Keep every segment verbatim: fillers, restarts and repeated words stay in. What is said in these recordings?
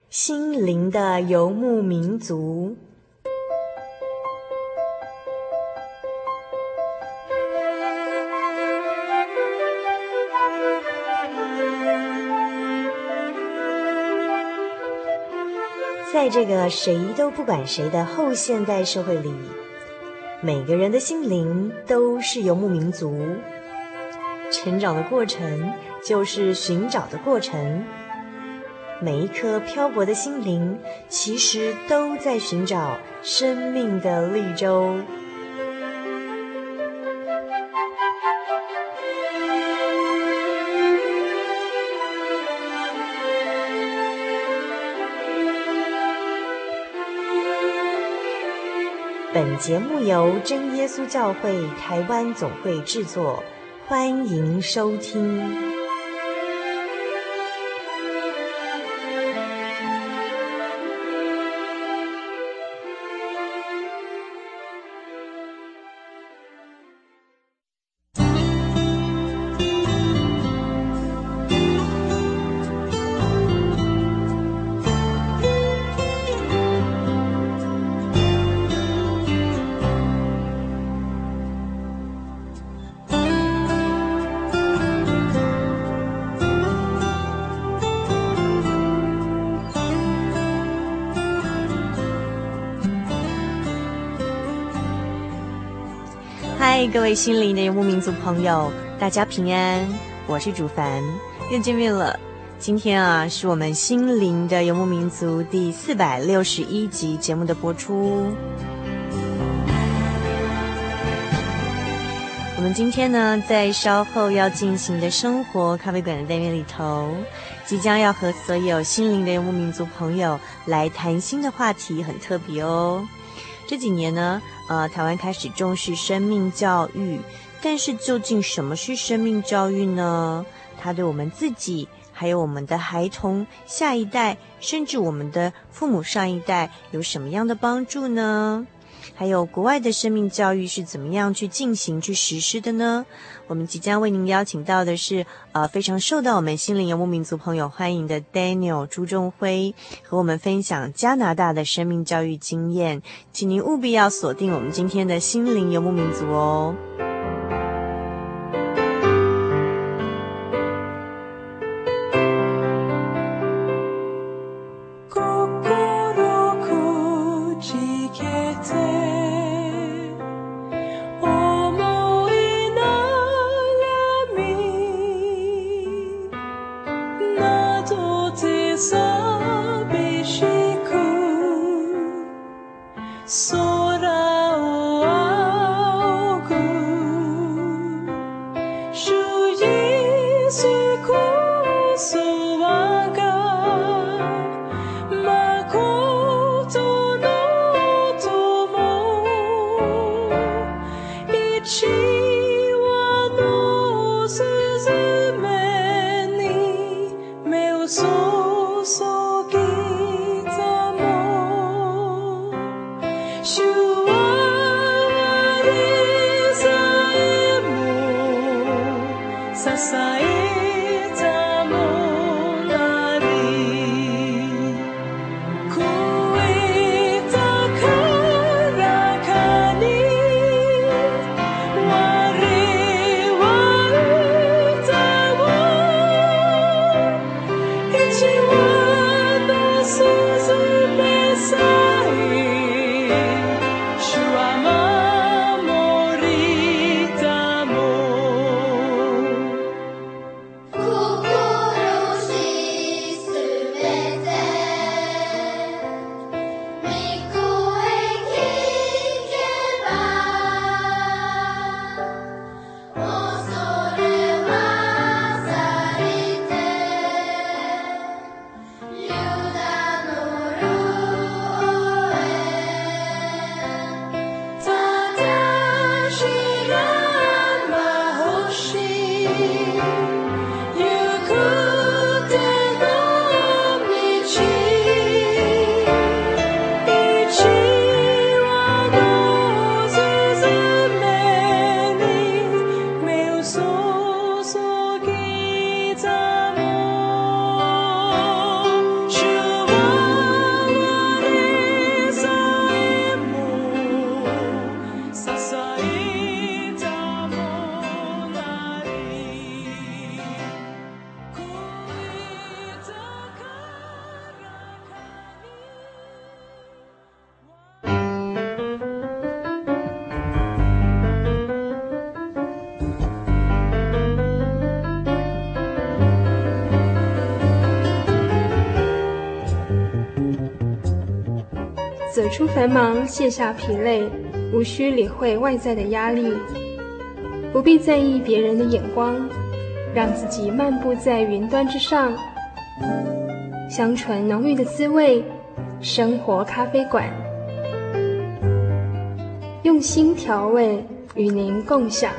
心灵的游牧民族。在这个谁都不管谁的后现代社会里，每个人的心灵都是游牧民族。成长的过程就是寻找的过程，每一颗漂泊的心灵其实都在寻找生命的绿洲。本节目由真耶稣教会台湾总会制作，欢迎收听。嗨，各位心灵的游牧民族朋友，大家平安，我是主凡，又见面了。今天啊，是我们心灵的游牧民族第四百六十一集节目的播出。我们今天呢，在稍后要进行的生活咖啡馆的单元里头，即将要和所有心灵的游牧民族朋友来谈新的话题，很特别哦。这几年呢，呃，台湾开始重视生命教育，但是究竟什么是生命教育呢？它对我们自己，还有我们的孩童、下一代，甚至我们的父母上一代，有什么样的帮助呢？还有国外的生命教育是怎么样去进行、去实施的呢？我们即将为您邀请到的是，呃，非常受到我们心灵游牧民族朋友欢迎的 Daniel 朱仲辉，和我们分享加拿大的生命教育经验，请您务必要锁定我们今天的心灵游牧民族哦。 空を仰ぐ走出繁忙，卸下疲累，无需理会外在的压力，不必在意别人的眼光，让自己漫步在云端之上，香醇浓郁的滋味，生活咖啡馆，用心调味，与您共享。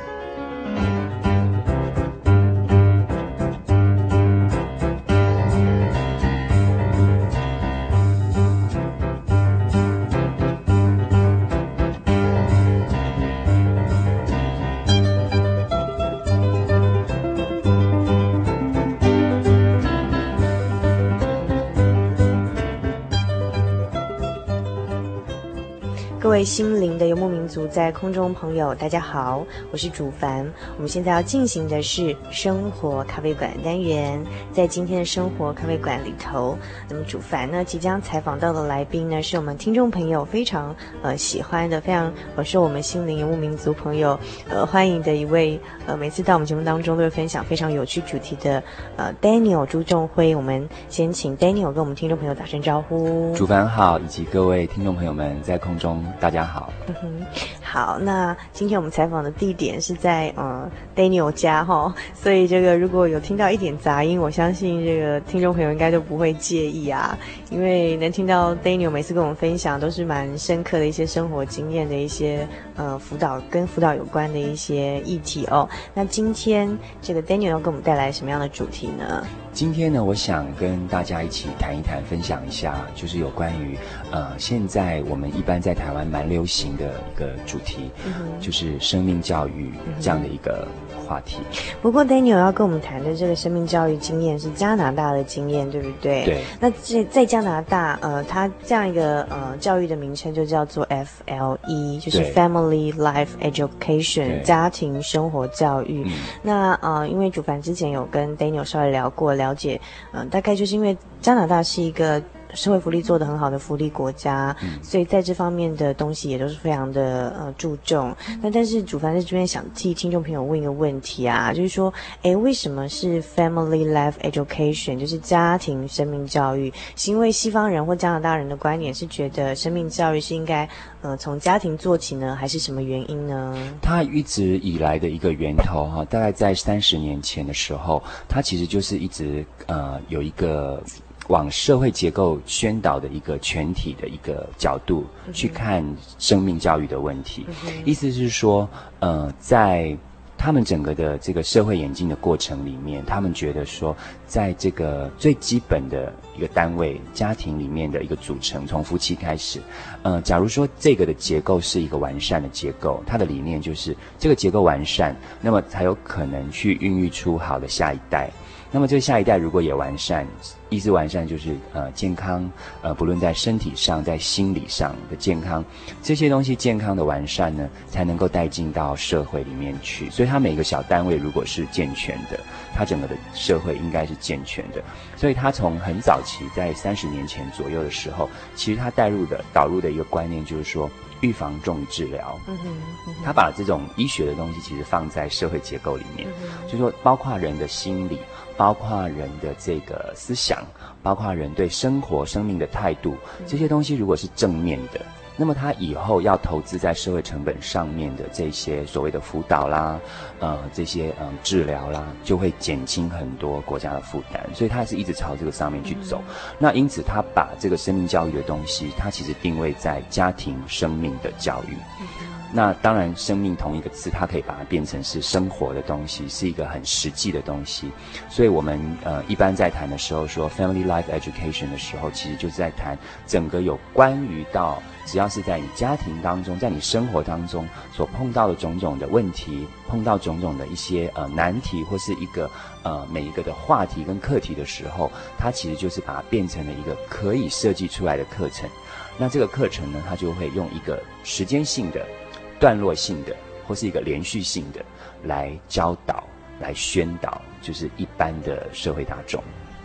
各位心灵的游牧民族在空中朋友大家好，我是主凡。我们现在要进行的是生活咖啡馆单元。在今天的生活咖啡馆里头，那么主凡呢即将采访到的来宾呢是我们听众朋友非常呃喜欢的，非常呃受我们心灵游牧民族朋友呃欢迎的一位呃每次到我们节目当中都会分享非常有趣主题的呃 Daniel 朱仲辉。我们先请 Daniel 跟我们听众朋友打声招呼。 主凡好，以及各位听众朋友们在空中大家好。 嗯哼，好，那今天我们采访的地点是在呃 Daniel 家哈，所以这个如果有听到一点杂音，我相信这个听众朋友应该都不会介意啊，因为能听到 Daniel 每次跟我们分享都是蛮深刻的一些生活经验的一些呃辅导跟辅导有关的一些议题哦。那今天这个 Daniel 要给我们带来什么样的主题呢？ 今天呢，我想跟大家一起谈一谈，分享一下，就是有关于呃现在我们一般在台湾蛮流行的一个主题，嗯、就是生命教育这样的一个话题。 不过 Daniel 要跟我们谈的这个生命教育经验是加拿大的经验，对不对？ 对。 那这在加拿大，呃，它这样一个呃教育的名称就叫做 F L E， 就是 Family Life Education， 家庭生活教育。嗯、那呃，因为主凡之前有跟 Daniel 稍微聊过，了解，嗯、呃，大概就是因为加拿大是一个社会福利做得很好的福利国家，嗯、所以在这方面的东西也都是非常的呃注重。那但是主凡在这边想替听众朋友问一个问题啊，就是说，诶，为什么是 Family Life Education， 就是家庭生命教育？是因为西方人或加拿大人的观点是觉得生命教育是应该呃从家庭做起呢，还是什么原因呢？ 它一直以来的一个源头哈，大概在三十年前的时候，它其实就是一直呃有一个往社会结构宣导的一个全体的一个角度去看生命教育的问题，嗯、意思是说，呃，在他们整个的这个社会演进的过程里面，他们觉得说，在这个最基本的一个单位家庭里面的一个组成，从夫妻开始，呃，假如说这个的结构是一个完善的结构，它的理念就是这个结构完善，那么才有可能去孕育出好的下一代。那么这个下一代如果也完善，意思完善就是呃健康，呃不论在身体上在心理上的健康，这些东西健康的完善呢，才能够带进到社会里面去。所以它每个小单位如果是健全的，它整个的社会应该是健全的。所以它从很早期在三十年前左右的时候，其实它带入的导入的一个观念就是说，预防重于治疗。嗯哼，嗯哼，他把这种医学的东西其实放在社会结构里面，嗯、就是说包括人的心理，包括人的这个思想，包括人对生活生命的态度，这些东西如果是正面的，那么他以后要投资在社会成本上面的这些所谓的辅导啦，呃，这些嗯治疗啦，就会减轻很多国家的负担，所以他是一直朝这个上面去走。嗯、那因此他把这个生命教育的东西，他其实定位在家庭生命的教育。嗯、那当然，生命同一个词，它可以把它变成是生活的东西，是一个很实际的东西。所以我们呃一般在谈的时候说 Family Life Education 的时候，其实就是在谈整个有关于到只要是在你家庭当中，在你生活当中所碰到的种种的问题，碰到种种的一些呃难题，或是一个呃每一个的话题跟课题的时候，它其实就是把它变成了一个可以设计出来的课程。那这个课程呢，它就会用一个时间性的、段落性的，或是一个连续性的来教导、来宣导，就是一般的社会大众。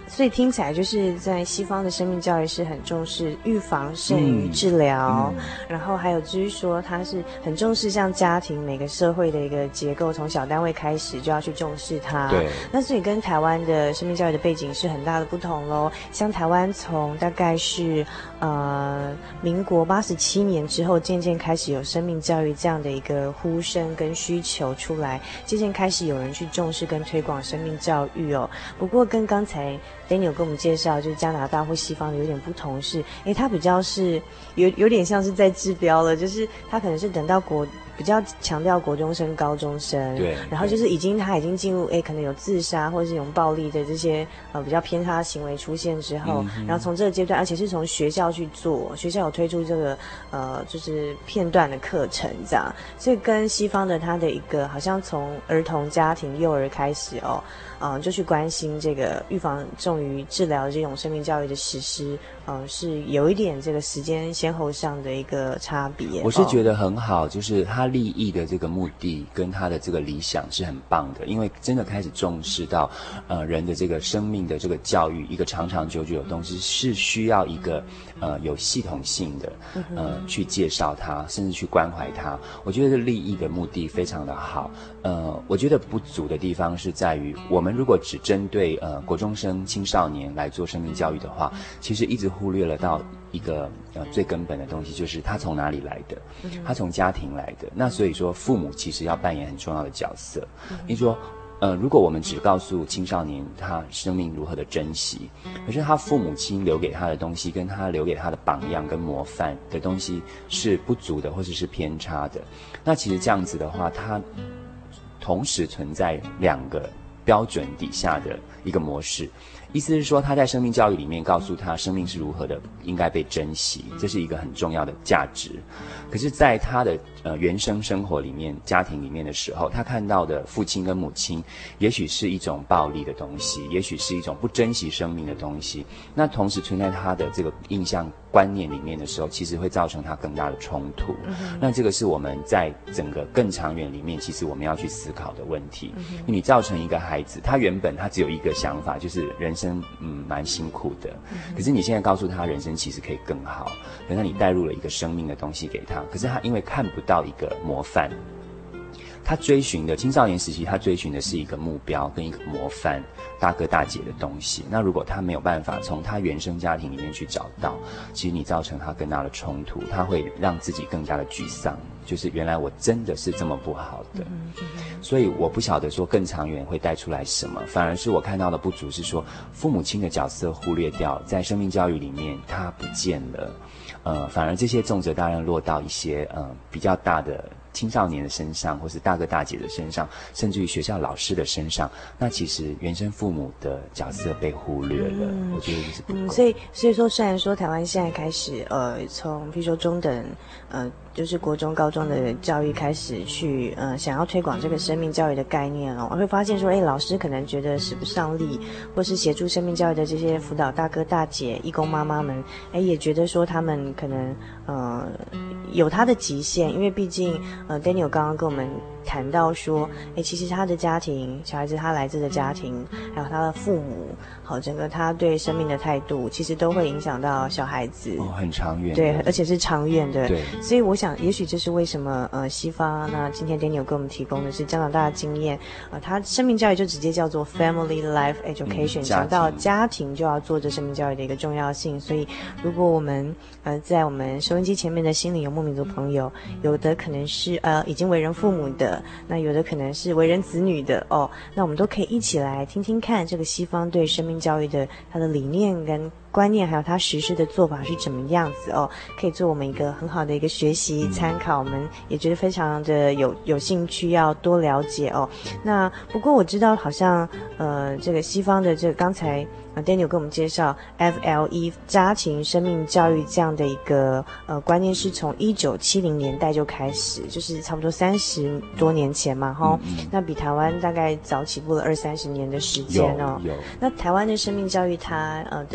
所以听起来就是在西方的生命教育是很重视预防胜于治疗，嗯嗯、然后还有至于说它是很重视像家庭每个社会的一个结构，从小单位开始就要去重视它。 对， 那所以跟台湾的生命教育的背景是很大的不同咯。像台湾从大概是呃民国八十七年之后，渐渐开始有生命教育这样的一个呼声跟需求出来，渐渐开始有人去重视跟推广生命教育哦。不过跟刚才Daniel 跟我们介绍，就是加拿大或西方的有点不同是，诶，他比较是有有点像是在治标了，就是他可能是等到国比较强调国中生、高中生， 对， 然后就是已经他已经进入诶可能有自杀或者是有暴力的这些呃比较偏差行为出现之后，嗯、然后从这个阶段，而且是从学校去做，学校有推出这个呃就是片段的课程这样，所以跟西方的他的一个好像从儿童家庭幼儿开始哦。嗯、呃，就去关心这个预防重于治疗的这种生命教育的实施，嗯、呃，是有一点这个时间先后上的一个差别。 我是觉得很好，就是他立意的这个目的跟他的这个理想是很棒的，因为真的开始重视到，呃，人的这个生命的这个教育，一个长长久久的东西是需要一个呃有系统性的呃去介绍它，甚至去关怀它。我觉得这立意的目的非常的好。呃，我觉得不足的地方是在于我们。我们如果只针对呃国中生、青少年来做生命教育的话，其实一直忽略了到一个呃最根本的东西，就是他从哪里来的，他从家庭来的。那所以说，父母其实要扮演很重要的角色。你说，呃，如果我们只告诉青少年他生命如何的珍惜，可是他父母亲留给他的东西，跟他留给他的榜样跟模范的东西是不足的，或者是偏差的。那其实这样子的话，他同时存在两个标准底下的一个模式，意思是说他在生命教育里面告诉他生命是如何的应该被珍惜，这是一个很重要的价值。可是在他的呃原生生活里面，家庭里面的时候，他看到的父亲跟母亲也许是一种暴力的东西，也许是一种不珍惜生命的东西，那同时存在他的这个印象观念里面的时候，其实会造成他更大的冲突。嗯、那这个是我们在整个更长远里面，其实我们要去思考的问题。嗯、你造成一个孩子，他原本他只有一个想法，就是人生嗯蛮辛苦的，嗯、可是你现在告诉他人生其实可以更好，可是你带入了一个生命的东西给他，可是他因为看不到一个模范，他追寻的青少年时期，他追寻的是一个目标跟一个模范大哥大姐的东西。那如果他没有办法从他原生家庭里面去找到，其实你造成他更大的冲突，他会让自己更加的沮丧，就是原来我真的是这么不好的。所以我不晓得说更长远会带出来什么，反而是我看到的不足是说父母亲的角色忽略掉，在生命教育里面他不见了，呃，反而这些重责大任落到一些呃比较大的青少年的身上，或是大哥大姐的身上，甚至于学校老师的身上，那其实原生父母的角色被忽略了。嗯、我觉得就是不够。 嗯，所以所以说，虽然说台湾现在开始呃，从比如说中等呃，就是国中、高中的教育开始去呃，想要推广这个生命教育的概念哦，我会发现说，哎，老师可能觉得使不上力，或是协助生命教育的这些辅导大哥大姐、义工妈妈们，哎，也觉得说他们可能呃有他的极限，因为毕竟。呃 Daniel 刚刚跟我们谈到说，诶，其实他的家庭，小孩子他来自的家庭，还有他的父母，好，整个他对生命的态度，其实都会影响到小孩子。 哦，很长远。 对，而且是长远的。 对。 所以我想，也许这是为什么呃西方那今天 Daniel 给我们提供的是加拿大的经验，呃，他生命教育就直接叫做 Family Life Education，讲、嗯、到家庭就要做这生命教育的一个重要性。所以，如果我们呃在我们收音机前面的心灵游牧民族朋友，有的可能是呃已经为人父母的。那有的可能是为人子女的哦，那我们都可以一起来听听看这个西方对生命教育的它的理念跟观念，还有它实施的做法是怎么样子哦，可以做我们一个很好的一个学习参考，我们也觉得非常的有有兴趣要多了解哦。那不过我知道好像呃这个西方的这个刚才呃 Daniel 跟我们介绍 F L E 家庭生命教育这样的一个呃观念是从一九七零年代就开始，就是差不多三十多年前嘛齁、嗯嗯、那比台湾大概早起步了二三十年的时间哦。 有有。 那台湾的生命教育它呃的缘起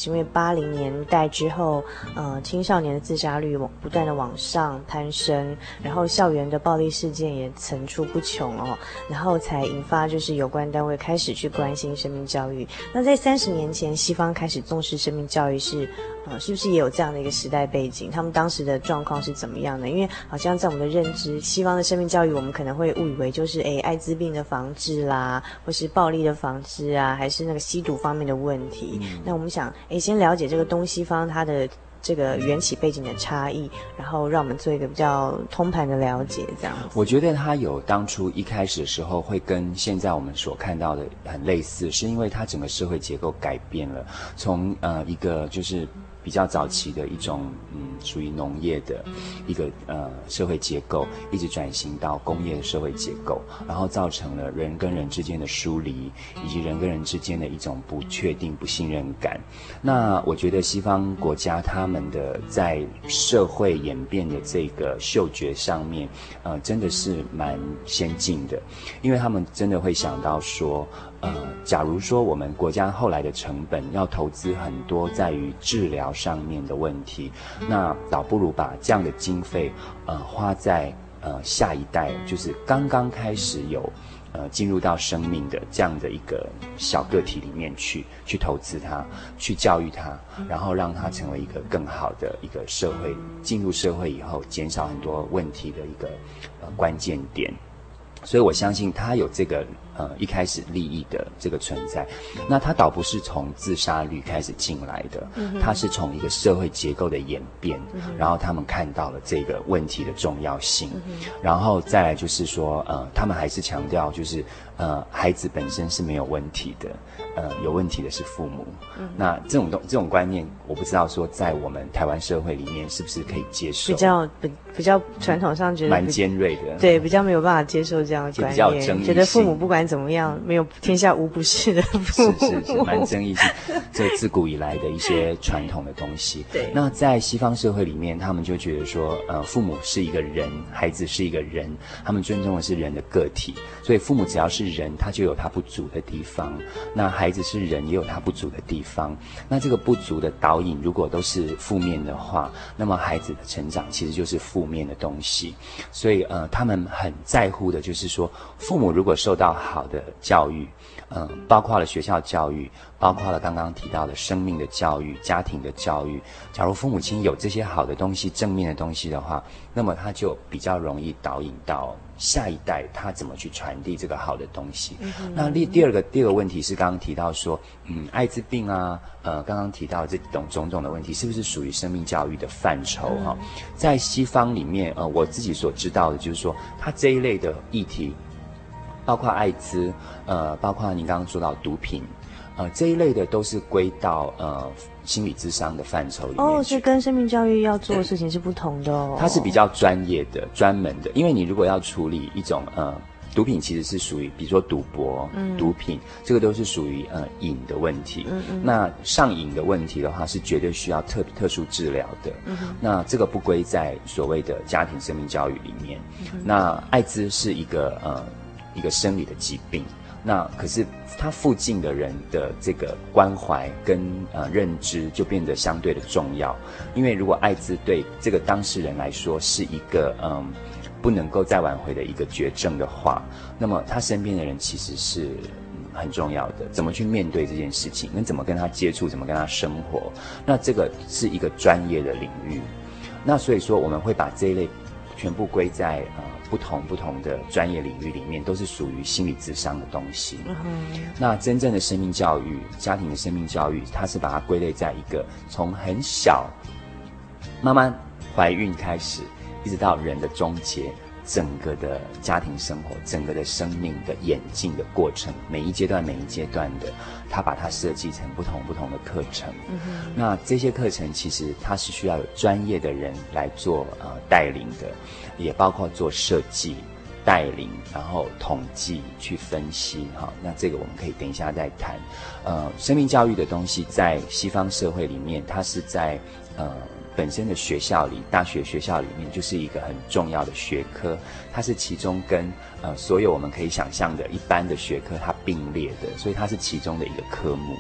是因为八零年代之后，呃，青少年的自杀率不断的往上攀升，然后校园的暴力事件也层出不穷哦，然后才引发就是有关单位开始去关心生命教育。那在三十年前，西方开始重视生命教育是，呃，是不是也有这样的一个时代背景？他们当时的状况是怎么样的？因为好像在我们的认知，西方的生命教育，我们可能会误以为就是诶艾滋病的防治啦，或是暴力的防治啊，还是那个吸毒方面的问题。嗯、那我们想，诶，先了解这个东西方它的这个缘起背景的差异，然后让我们做一个比较通盘的了解，这样子。 我觉得它有当初一开始的时候会跟现在我们所看到的很类似，是因为它整个社会结构改变了，从呃一个就是比较早期的一种嗯属于农业的一个呃社会结构，一直转型到工业的社会结构，然后造成了人跟人之间的疏离，以及人跟人之间的一种不确定、不信任感。那我觉得西方国家他们的在社会演变的这个嗅觉上面，呃，真的是蛮先进的，因为他们真的会想到说。呃，假如说我们国家后来的成本要投资很多在于治疗上面的问题，那倒不如把这样的经费呃花在呃下一代，就是刚刚开始有呃进入到生命的这样的一个小个体里面去去投资它，去教育它，然后让它成为一个更好的一个社会，进入社会以后减少很多问题的一个呃关键点。所以我相信他有这个呃一开始利益的这个存在，那他倒不是从自杀率开始进来的，他是从一个社会结构的演变，然后他们看到了这个问题的重要性，然后再来就是说呃他们还是强调就是呃孩子本身是没有问题的，呃有问题的是父母，那这种东这种观念我不知道说在我们台湾社会里面是不是可以接受， 比较比比较传统上觉得蛮尖锐的， 对，比较没有办法接受这样的观念，觉得父母不管怎么样，没有天下无不是的父母， 是是是，蛮争议性。这自古以来的一些传统的东西。 对。 那在西方社会里面，他们就觉得说，呃，父母是一个人，孩子是一个人，他们尊重的是人的个体，所以父母只要是人，他就有他不足的地方；那孩子是人，也有他不足的地方。那这个不足的导引，如果都是负面的话，那么孩子的成长其实就是负面的东西。所以，呃，他们很在乎的就是说，父母如果受到好的教育，嗯、呃，包括了学校教育，包括了刚刚提到的生命的教育、家庭的教育。假如父母亲有这些好的东西、正面的东西的话，那么他就比较容易导引到下一代他怎么去传递这个好的东西。嗯、那第第二个第二个问题是刚刚提到说，嗯，艾滋病啊，呃，刚刚提到这种种种的问题，是不是属于生命教育的范畴哈、嗯？在西方里面，呃，我自己所知道的就是说，它这一类的议题。包括艾滋，呃，包括您刚刚说到毒品，呃，这一类的都是归到呃心理咨商的范畴里面。 哦，是跟生命教育要做的事情是不同的哦。 它是比较专业的、专门的，因为你如果要处理一种呃毒品，其实是属于比如说赌博、嗯、毒品，这个都是属于呃瘾的问题。嗯嗯。那上瘾的问题的话，是绝对需要特特殊治疗的。嗯哼。那这个不归在所谓的家庭生命教育里面。嗯、那艾滋是一个呃。一个生理的疾病，那可是他附近的人的这个关怀跟呃认知就变得相对的重要，因为如果艾滋对这个当事人来说是一个嗯不能够再挽回的一个绝症的话，那么他身边的人其实是嗯很重要的，怎么去面对这件事情，跟怎么跟他接触，怎么跟他生活，那这个是一个专业的领域，那所以说我们会把这一类全部归在呃不同不同的专业领域里面，都是属于心理咨商的东西。嗯、那真正的生命教育、家庭的生命教育，它是把它归类在一个从很小慢慢怀孕开始，一直到人的终结，整个的家庭生活、整个的生命的演进的过程，每一阶段每一阶段的，他把它设计成不同不同的课程。嗯、那这些课程其实它是需要有专业的人来做呃带领的，也包括做设计、带领，然后统计去分析。哈，那这个我们可以等一下再谈。呃，生命教育的东西在西方社会里面，它是在呃。本身的学校里，大学学校里面就是一个很重要的学科，它是其中跟呃所有我们可以想象的一般的学科它并列的，所以它是其中的一个科目。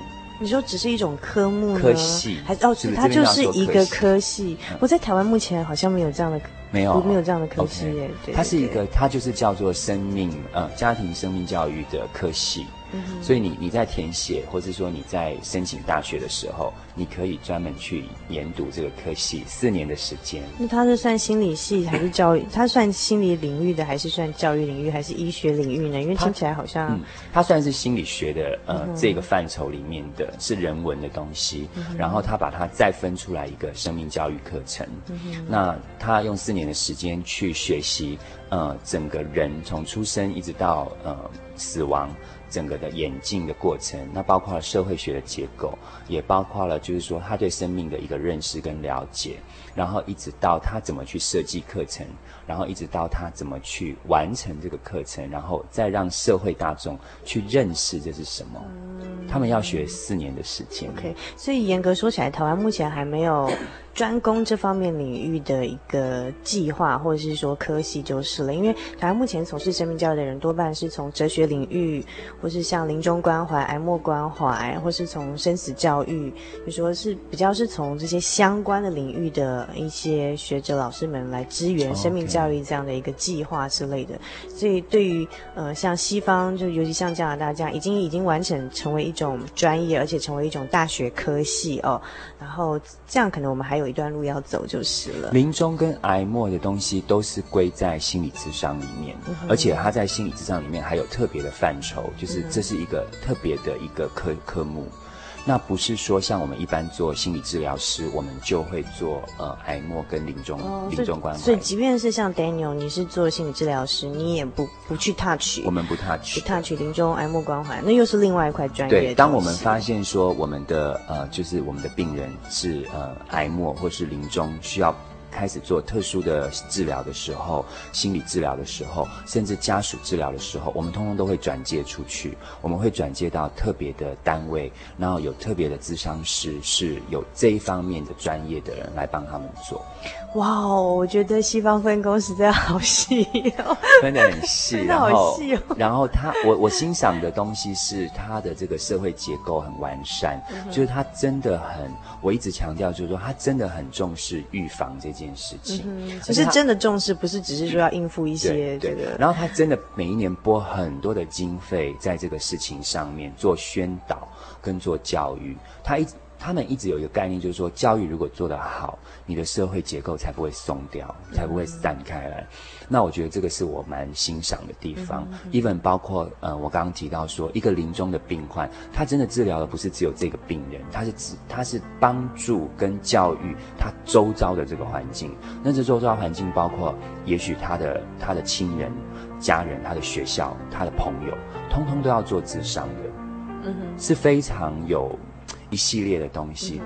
你说只是一种科目呢？ 科系还是哦， 是它就是一个科系。 嗯、我在台湾目前好像没有这样的， 没有没有这样的科系耶。 Okay, 对， 它是一个，它就是叫做生命呃家庭生命教育的科系。嗯、所以你你在填写，或是说你在申请大学的时候，你可以专门去研读这个科系四年的时间。 那它是算心理系还是教育？它算心理领域的，还是算教育领域，还是医学领域呢？因为听起来好像， 嗯，它算是心理学的呃、嗯、这个范畴里面的，是人文的东西。嗯、然后它把它再分出来一个生命教育课程。嗯、那他用四年的时间去学习，呃，整个人从出生一直到呃死亡。整个的演进的过程，那包括了社会学的结构，也包括了就是说他对生命的一个认识跟了解，然后一直到他怎么去设计课程，然后一直到他怎么去完成这个课程，然后再让社会大众去认识这是什么。嗯、他们要学四年的时间。 OK， 所以严格说起来，台湾目前还没有专攻这方面领域的一个计划，或者是说科系就是了。因为台湾目前从事生命教育的人，多半是从哲学领域，或是像临终关怀、哀默关怀，或是从生死教育，就说是比较是从这些相关的领域的一些学者老师们来支援生命教育这样的一个计划之类的。Okay. 所以对于呃像西方，就尤其像加拿大这样，已经已经完成成为一种专业，而且成为一种大学科系哦。然后这样可能我们还有有一段路要走就是了。 临终跟哀默的东西都是归在心理咨商里面，嗯、而且它在心理咨商里面还有特别的范畴，就是这是一个特别的一个科科目。那不是说像我们一般做心理治疗师，我们就会做呃哀默跟临终哦临终关怀。 所以即便是像 Daniel， 你是做心理治疗师，你也不不去 touch， 我们不 touch， 不 touch 临终哀默关怀，那又是另外一块专业的东西。 对，当我们发现说我们的呃就是我们的病人是呃哀默或是临终需要开始做特殊的治疗的时候，心理治疗的时候，甚至家属治疗的时候，我们通通都会转介出去。我们会转介到特别的单位，然后有特别的咨商师，是有这一方面的专业的人来帮他们做。 哇哦，我觉得西方分工实在好细哦， 分得很细， 真的好细哦。 然后他，我我欣赏的东西是他的这个社会结构很完善，嗯、就是他真的很，我一直强调就是说他真的很重视预防这件事情， 嗯、只是真的重视，不是只是说要应付一些这个。 然后他真的每一年拨很多的经费在这个事情上面做宣导跟做教育，他一。他们一直有一个概念，就是说，教育如果做得好，你的社会结构才不会松掉，才不会散开来。嗯、那我觉得这个是我蛮欣赏的地方。嗯、even 包括呃，我刚刚提到说，一个临终的病患，他真的治疗的不是只有这个病人，他是他是帮助跟教育他周遭的这个环境。那这周遭环境包括，也许他的他的亲人、家人、他的学校、他的朋友，通通都要做咨商的。嗯哼，是非常有。一系列的东西。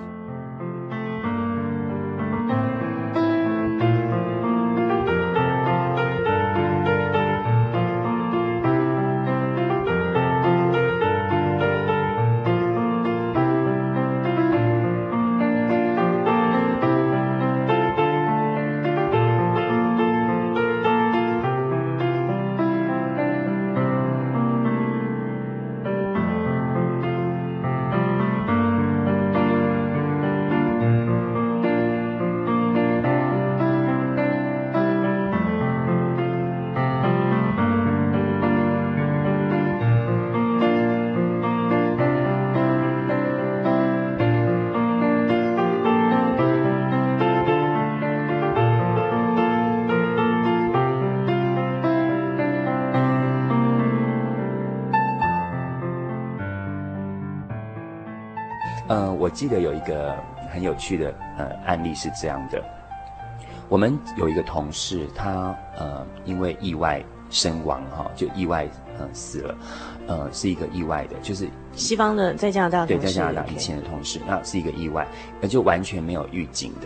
呃，我记得有一个很有趣的呃案例是这样的，我们有一个同事，他呃因为意外身亡哈，就意外呃死了，呃是一个意外的，就是西方的在加拿大的同事， 对，在加拿大以前的同事，那是一个意外，那就完全没有预警的。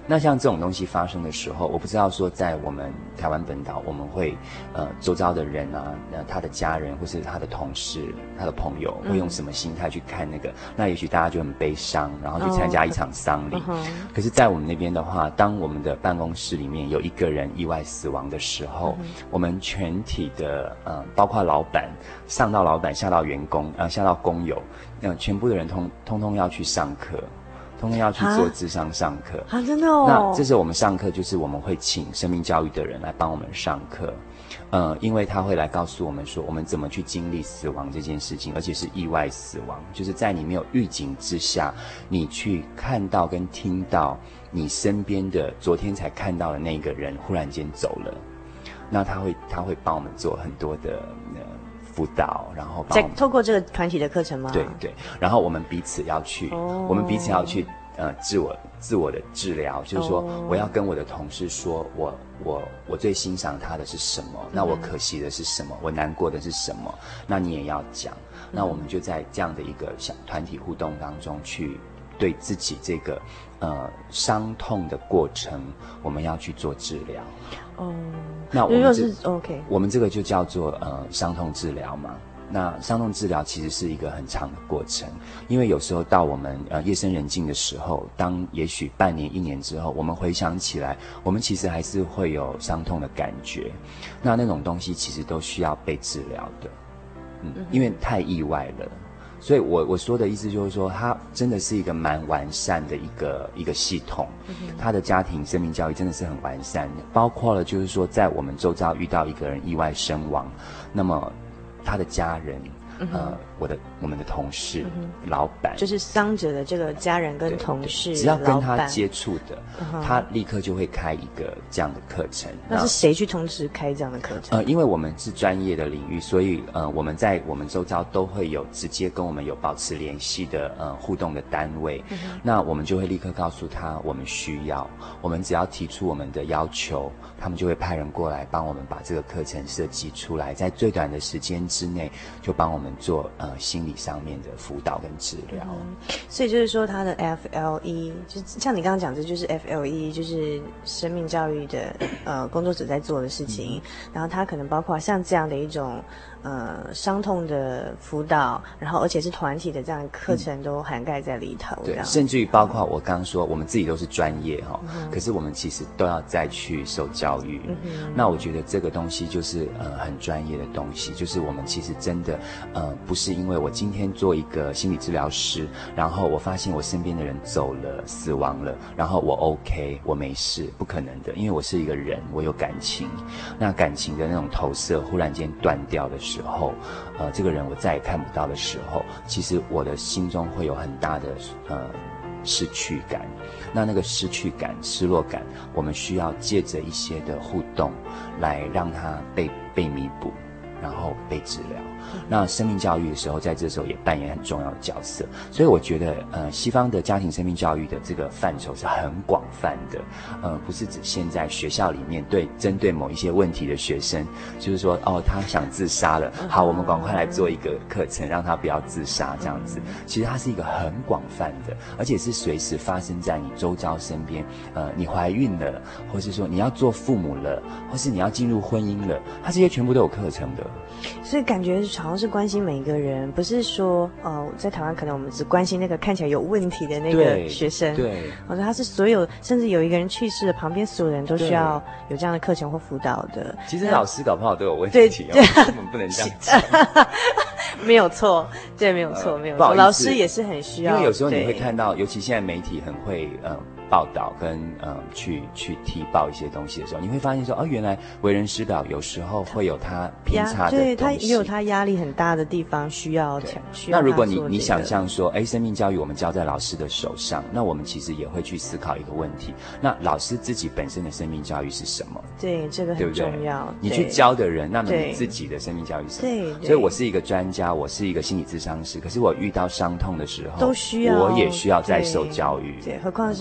那像这种东西发生的时候，我不知道说在我们台湾本岛，我们会呃周遭的人啊，呃他的家人或是他的同事、他的朋友会用什么心态去看那个？嗯、那也许大家就很悲伤，然后去参加一场丧礼。哦、可是，在我们那边的话，当我们的办公室里面有一个人意外死亡的时候，嗯、我们全体的呃，包括老板，上到老板，下到员工，呃，下到工友，呃，全部的人通通通要去上课。通通要去做諮商上課啊，真的哦。 那这是我们上課，就是我们会請生命教育的人來幫我們上課，呃，因為他會來告訴我們說，我們怎麼去經歷死亡這件事情，而且是意外死亡，就是在你沒有預警之下，你去看到跟聽到你身邊的昨天才看到的那個人忽然間走了，那他會他會幫我們做很多的呃輔導，然後幫我們透過這個團體的課程嗎？ 對對，然後我們彼此要去，哦、我們彼此要去呃自我自我的治療，就是說、哦、我要跟我的同事說我我我最欣賞他的是什麼，嗯、那我可惜的是什麼，我難過的是什麼，那你也要講，嗯、那我們就在這樣的一個小團體互動當中去對自己這個呃傷痛的過程，我們要去做治療。哦，那我們這是 OK， 我們這個就叫做呃傷痛治療嘛。那傷痛治療其實是一個很長的過程，因為有時候到我們呃夜深人靜的時候，當也許半年一年之後，我們回想起來，我們其實還是會有傷痛的感覺。那那種東西其實都需要被治療的，嗯，因為太意外了。所以我我說的意思就是說，它真的是一個蠻完善的一個一個系統，它的家庭生命教育真的是很完善，包括了就是說，在我們周遭遇到一個人意外身亡，那麼他的家人。嗯、呃，我的我們的同事、嗯、老闆， 就是傷者的這個家人跟同事， 只要跟他接觸的，他立刻就會開一個這樣的課程。 那是誰去通知開這樣的課程？ 呃，因為我們是專業的領域，所以呃，我們在我們周遭都會有直接跟我們有保持聯繫的呃互動的單位。嗯、那我們就會立刻告訴他我們需要，我們只要提出我們的要求，他們就會派人過來幫我們把這個課程設計出來，在最短的時間之內就幫我們。我們做呃心理上面的輔導跟治療、嗯， 所以就是說他的 F L E 就像你剛剛講的，就是 F L E 就是生命教育的呃工作者在做的事情，嗯、然後他可能包括像這樣的一種呃傷痛的輔導，然後而且是團體的這樣的課程都涵蓋在裡頭、嗯，對， 甚至於包括我剛剛說我們自己都是專業哈、嗯，可是我們其實都要再去受教育，嗯、那我覺得這個東西就是呃很專業的東西，就是我們其實真的。呃，不是因為我今天做一個心理治療師，然後我發現我身邊的人走了、死亡了，然後我 OK， 我沒事，不可能的，因為我是一個人，我有感情。那感情的那種投射忽然間斷掉的時候，呃，這個人我再也看不到的時候，其實我的心中會有很大的呃失去感。那那個失去感、失落感，我們需要借着一些的互動，來讓它被被彌補。然後被治療，那生命教育的時候，在這時候也扮演很重要的角色。所以我覺得，呃，西方的家庭生命教育的這個範疇是很廣泛的，呃，不是指現在學校裡面對針對某一些問題的學生，就是說，哦，他想自殺了，好，我們趕快來做一個課程，讓他不要自殺，這樣子。其實它是一個很廣泛的，而且是隨時發生在你周遭身邊。呃，你懷孕了，或是說你要做父母了，或是你要進入婚姻了，它這些全部都有課程的。 所以感覺好像是關心每一個人，不是說呃在台灣可能我們只關心那個看起來有問題的那個學生， 對， 我說他是所有，甚至有一個人去世了，旁邊所有人都需要有這樣的課程或輔導的。 其實老師搞不好都有問題，對，我們不能這樣講。 沒有錯，對，沒有錯，呃、沒有錯。老師也是很需要， 因為有時候你會看到，尤其現在媒體很會呃報道跟呃去去提報一些東西的時候，你會發現說，哦，原來為人師表有時候會有他偏差的東西， 對，他也有他壓力很大的地方需要需要。 那如果你你想象說，哎，生命教育我們交在老師的手上，那我們其實也會去思考一個問題，那老師自己本身的生命教育是什麼？ 對，這個很重要。 你去教的人，那麼你自己的生命教育是什麼？對，對，所以我是一個專家，我是一個心理諮商師，可是我遇到傷痛的時候， 都需要， 我也需要再受教育。 對，對，何況是我們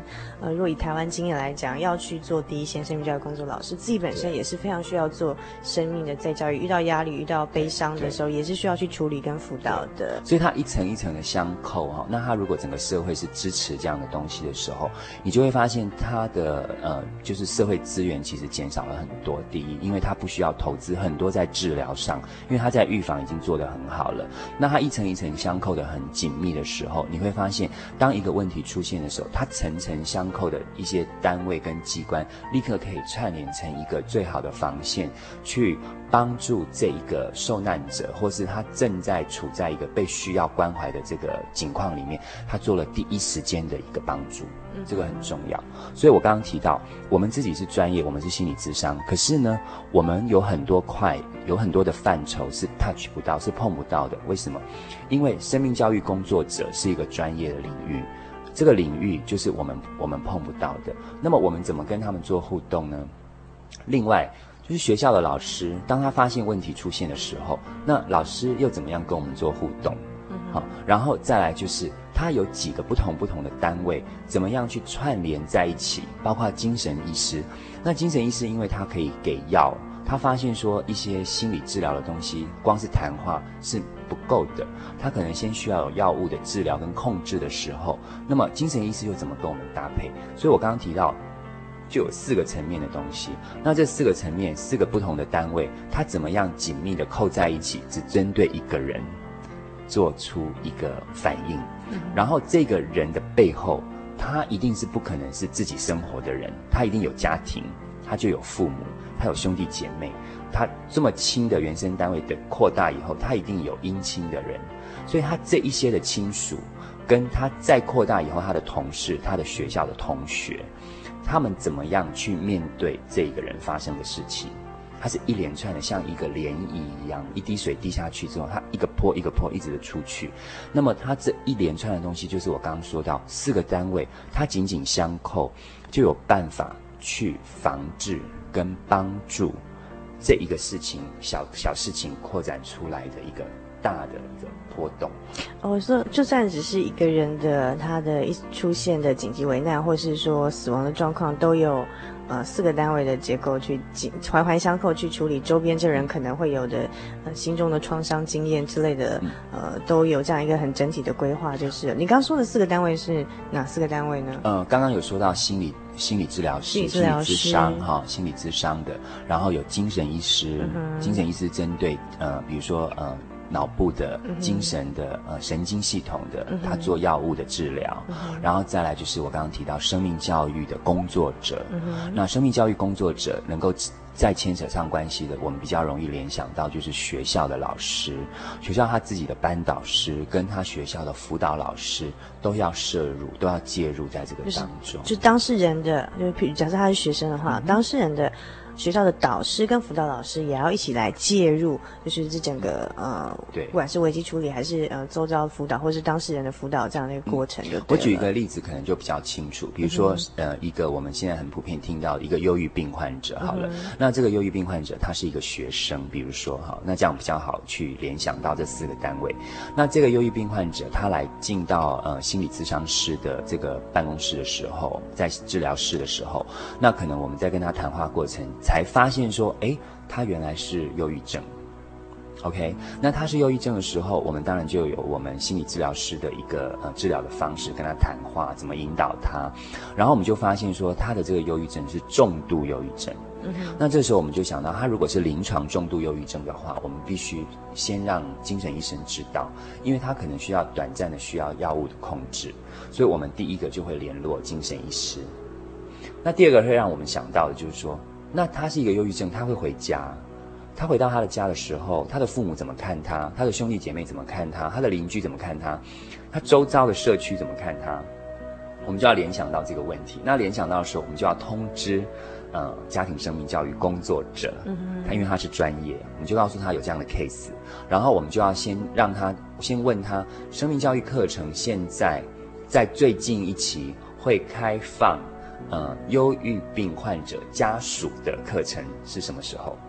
呃，若以台湾经验来讲，要去做第一线生命教育工作老师，自己本身也是非常需要做生命的再教育，遇到压力、遇到悲伤的时候，也是需要去处理跟辅导的。 所以它一层一层的相扣哈。那它如果整个社会是支持这样的东西的时候，你就会发现它的呃，就是社会资源其实减少了很多。第一，因为它不需要投资很多在治疗上，因为它在预防已经做得很好了。那它一层一层相扣的很紧密的时候，你会发现，当一个问题出现的时候，它层层相扣的一些单位跟机关，立刻可以串联成一个最好的防线，去帮助这一个受难者，或是他正在处在一个被需要关怀的这个情况里面，他做了第一时间的一个帮助，这个很重要。所以我刚刚提到，我们自己是专业，我们是心理咨商，可是呢，我们有很多块，有很多的范畴是 touch 不到，是碰不到的。为什么？因为生命教育工作者是一个专业的领域，这个领域就是我们我们碰不到的。那么我们怎么跟他们做互动呢？另外就是学校的老师，当他发现问题出现的时候，那老师又怎么样跟我们做互动？好，然后再来就是他有几个不同不同的单位，怎么样去串联在一起，包括精神医师。那精神医师因为他可以给药，他发现说一些心理治疗的东西，光是谈话是不够的，他可能先需要有药物的治疗跟控制的时候，那么精神医师又怎么跟我们搭配？所以我刚刚提到就有四个层面的东西，那这四个层面，四个不同的单位，它怎么样紧密的扣在一起，只针对一个人做出一个反应，然后这个人的背后，他一定是不可能是自己生活的人，他一定有家庭，他就有父母，他有兄弟姐妹，他这么亲的原生单位的扩大以后，他一定有姻亲的人，所以他这一些的亲属，跟他再扩大以后，他的同事，他的学校的同学，他们怎么样去面对这个人发生的事情？它是一连串的，像一个涟漪一样，一滴水滴下去之后，它一个波一个波一直的出去。那么它这一连串的东西，就是我刚刚说到四个单位，它紧紧相扣，就有办法去防治跟帮助这一个事情小小事情扩展出来的一个大的一个波动。 哦，说就算只是一个人的他的一出现的紧急危难，或是说死亡的状况，都有呃四个单位的结构去环环相扣去处理周边这人可能会有的呃心中的创伤经验之类的，呃都有这样一个很整体的规划。就是你刚刚说的四个单位是哪四个单位呢？呃， 刚刚有说到心理心理治疗师、心理治疗师、心理咨商哈、心理咨商的，然后有精神医师，嗯、精神医师针对呃比如说呃。脑部的、精神的、呃神经系统的，他做药物的治疗，然后再来就是我刚刚提到生命教育的工作者。那生命教育工作者能够再牵扯上关系的，我们比较容易联想到就是学校的老师，学校他自己的班导师跟他学校的辅导老师都要摄入，都要介入在这个当中。 就是、就当事人的，就是假设他是学生的话，嗯、当事人的。学校的导师跟辅导老师也要一起来介入，就是这整个呃，对，不管是危机处理还是呃周遭辅导，或是当事人的辅导这样的一个过程就对了。 我举一个例子，可能就比较清楚，比如说、嗯、呃，一个我们现在很普遍听到的一个忧郁病患者，好了，嗯、那这个忧郁病患者他是一个学生，比如说哈，那这样比较好去联想到这四个单位。那这个忧郁病患者他来进到呃心理咨商师的这个办公室的时候，在治疗室的时候，那可能我们在跟他谈话过程。才发现说，诶，他原来是忧郁症。OK， 那他是忧郁症的时候，我们当然就有我们心理治疗师的一个呃治疗的方式，跟他谈话，怎么引导他。然后我们就发现说，他的这个忧郁症是重度忧郁症。嗯、那这时候我们就想到，他如果是临床重度忧郁症的话，我们必须先让精神医生知道，因为他可能需要短暂的需要药物的控制，所以我们第一个就会联络精神医师。那第二个会让我们想到的就是说，那他是一个忧郁症，他会回家，他回到他的家的时候，他的父母怎么看他，他的兄弟姐妹怎么看他，他的邻居怎么看他，他周遭的社区怎么看他，我们就要联想到这个问题。那联想到的时候，我们就要通知呃家庭生命教育工作者，他因为他是专业，我们就告诉他有这样的 case， 然后我们就要先让他先问他，生命教育课程现在在最近一期会开放呃，忧郁病患者家属的课程是什么时候？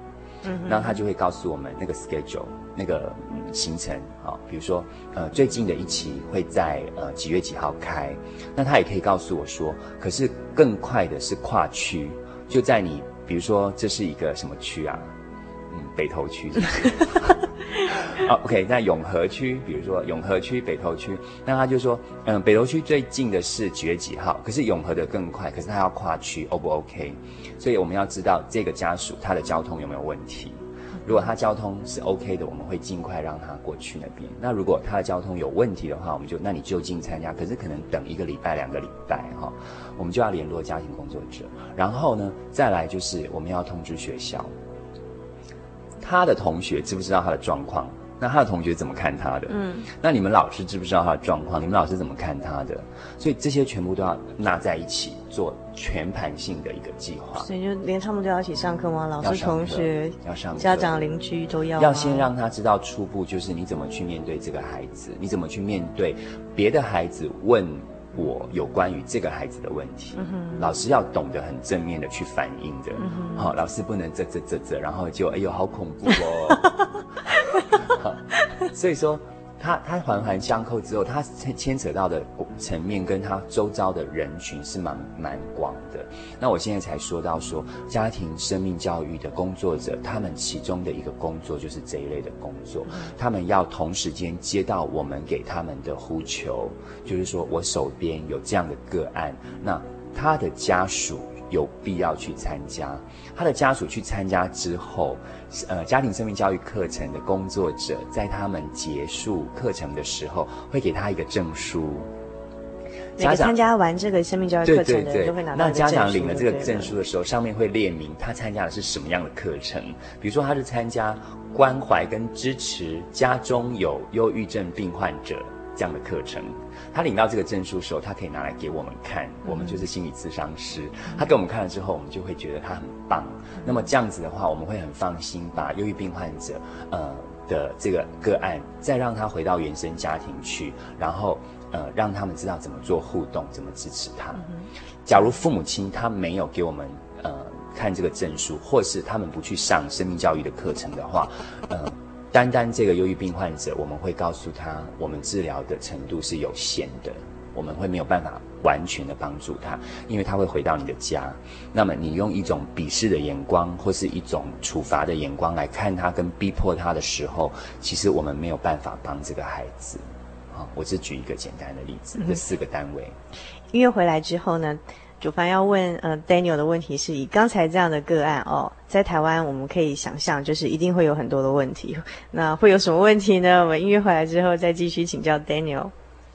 嗯，然后他就会告诉我们那个 schedule 那个、嗯、行程啊、哦，比如说呃最近的一期会在呃几月几号开，那他也可以告诉我说，可是更快的是跨区，就在你比如说这是一个什么区啊？嗯，北投区是不是？哦 ，OK， 那永和区，比如说永和区、北投区，那他就说，嗯，北投区最近的是几月几号，可是永和的更快，可是他要跨区 ，O 不 OK？ 所以我们要知道这个家属他的交通有没有问题。如果他交通是 OK 的，我们会尽快让他过去那边。那如果他的交通有问题的话，我们就那你就近参加，可是可能等一个礼拜、两个礼拜哈、哦，我们就要联络家庭工作者。然后呢，再来就是我们要通知学校，他的同学知不知道他的状况？那他的同学怎么看他的？嗯，那你们老师知不知道他的状况？你们老师怎么看他的？所以这些全部都要纳在一起做全盘性的一个计划。 所以就连他们都要一起上课吗？老师、同学、 要上课， 家长、邻居都要。 要先让他知道初步就是你怎么去面对这个孩子，你怎么去面对别的孩子问我有关于这个孩子的问题，嗯、老师要懂得很正面的去反应的。好、嗯哦，老师不能这这这这，然后就哎呦好恐怖哦。所以说，他他环环相扣之后，他牵扯到的层面跟他周遭的人群是蛮蛮广的。那我现在才说到说，家庭生命教育的工作者，他们其中的一个工作就是这一类的工作，他们要同时间接到我们给他们的呼求，就是说我手边有这样的个案，那他的家属有必要去参加，他的家属去参加之后，呃，家庭生命教育课程的工作者在他们结束课程的时候，会给他一个证书。 每个参加完这个生命教育课程的人都会拿到一个证书。 那家长领了这个证书的时候，上面会列明他参加的是什么样的课程。比如说，他是参加关怀跟支持家中有忧郁症病患者这样的课程。他领到这个证书的时候，他可以拿来给我们看，我们就是心理咨商师。他给我们看了之后，我们就会觉得他很棒。那么这样子的话，我们会很放心把忧郁病患者呃的这个个案，再让他回到原生家庭去，然后呃让他们知道怎么做互动，怎么支持他。假如父母亲他没有给我们呃看这个证书，或是他们不去上生命教育的课程的话，呃。单单这个忧郁病患者，我们会告诉他，我们治疗的程度是有限的，我们会没有办法完全的帮助他，因为他会回到你的家。那么你用一种鄙视的眼光，或是一种处罚的眼光来看他，跟逼迫他的时候，其实我们没有办法帮这个孩子。好，我只举一个简单的例子，这四个单位。 音乐回来之后呢？主凡要问呃 Daniel 的问题是以刚才这样的个案哦，在台湾我们可以想象，就是一定会有很多的问题。那会有什么问题呢？我们音乐回来之后再继续请教 Daniel。